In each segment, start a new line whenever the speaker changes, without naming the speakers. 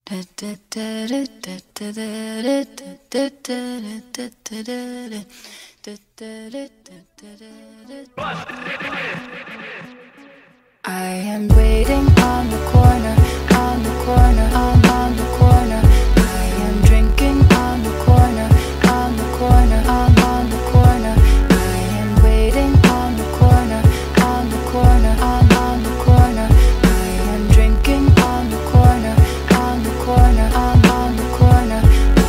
I am waiting on the corner, on the corner, on the corner. I am drinking on the corner, on the corner, on the corner. I am waiting on the corner, on the corner, on the corner. I am drinking on the corner, on the corner, on the corner.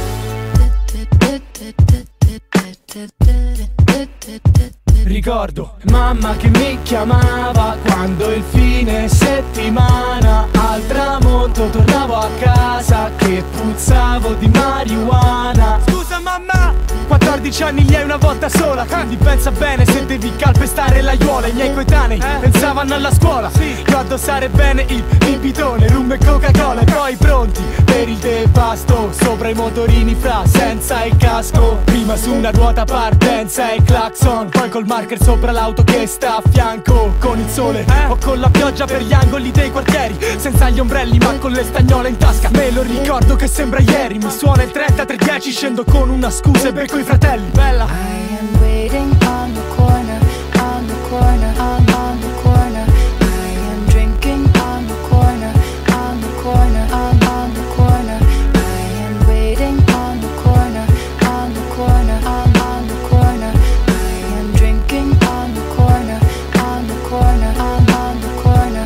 Ricordo mamma che mi chiamava quando il fine settimana al tramonto tornavo a casa che puzzavo di marijuana. Scusa mamma, 14 anni li hai una volta sola, quindi pensa bene se devi calpestare l'aiuola. I miei coetanei pensavano alla scuola, io a dosare bene il bibitone, rum e Coca-Cola. E poi pronti per il devasto, sopra i motorini fra senza il casco. Prima su una ruota partenza e clacson, poi col marker sopra l'auto che sta a fianco. Con il sole o con la pioggia per gli angoli dei quartieri, senza gli ombrelli ma con le stagnole in tasca. Me lo ricordo che sembra ieri, mi suona il 3310, scendo con una scusa e becco i fratelli. Bella.
I am waiting on the corner, on the corner, on the corner. I am drinking on the corner, on the corner, on the corner. I am waiting on the corner, on the corner, on the corner. I am drinking on the corner, on the corner, on the corner.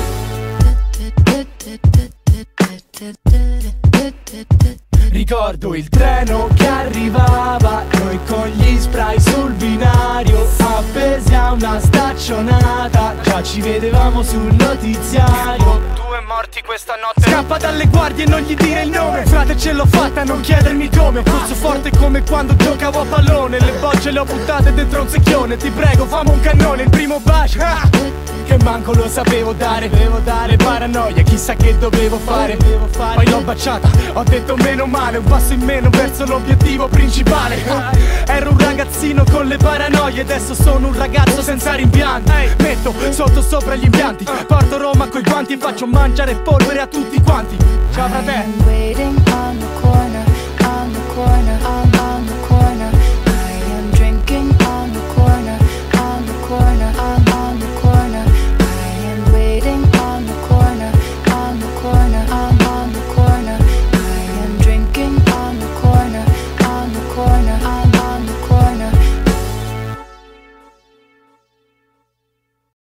Ricordo il treno che arrivava, noi con gli spray sul binario, appesi a una staccionata, già ci vedevamo sul notiziario. 2 morti questa notte. Scappa dalle guardie e non gli dire il nome. Frate, ce l'ho fatta, non chiedermi come. Ho corso forte come quando giocavo a pallone, le bocce le ho buttate dentro un secchione. Ti prego, fammi un cannone, il primo bacio che manco lo sapevo dare. Le paranoie, chissà che dovevo fare. Poi l'ho baciata, ho detto meno male, un passo in meno verso l'obiettivo principale. Ero un ragazzino con le paranoie, adesso sono un ragazzo senza rimpianti. Metto sotto sopra gli impianti, porto Roma coi guanti e faccio mangiare polvere a tutti quanti. Ciao fratello.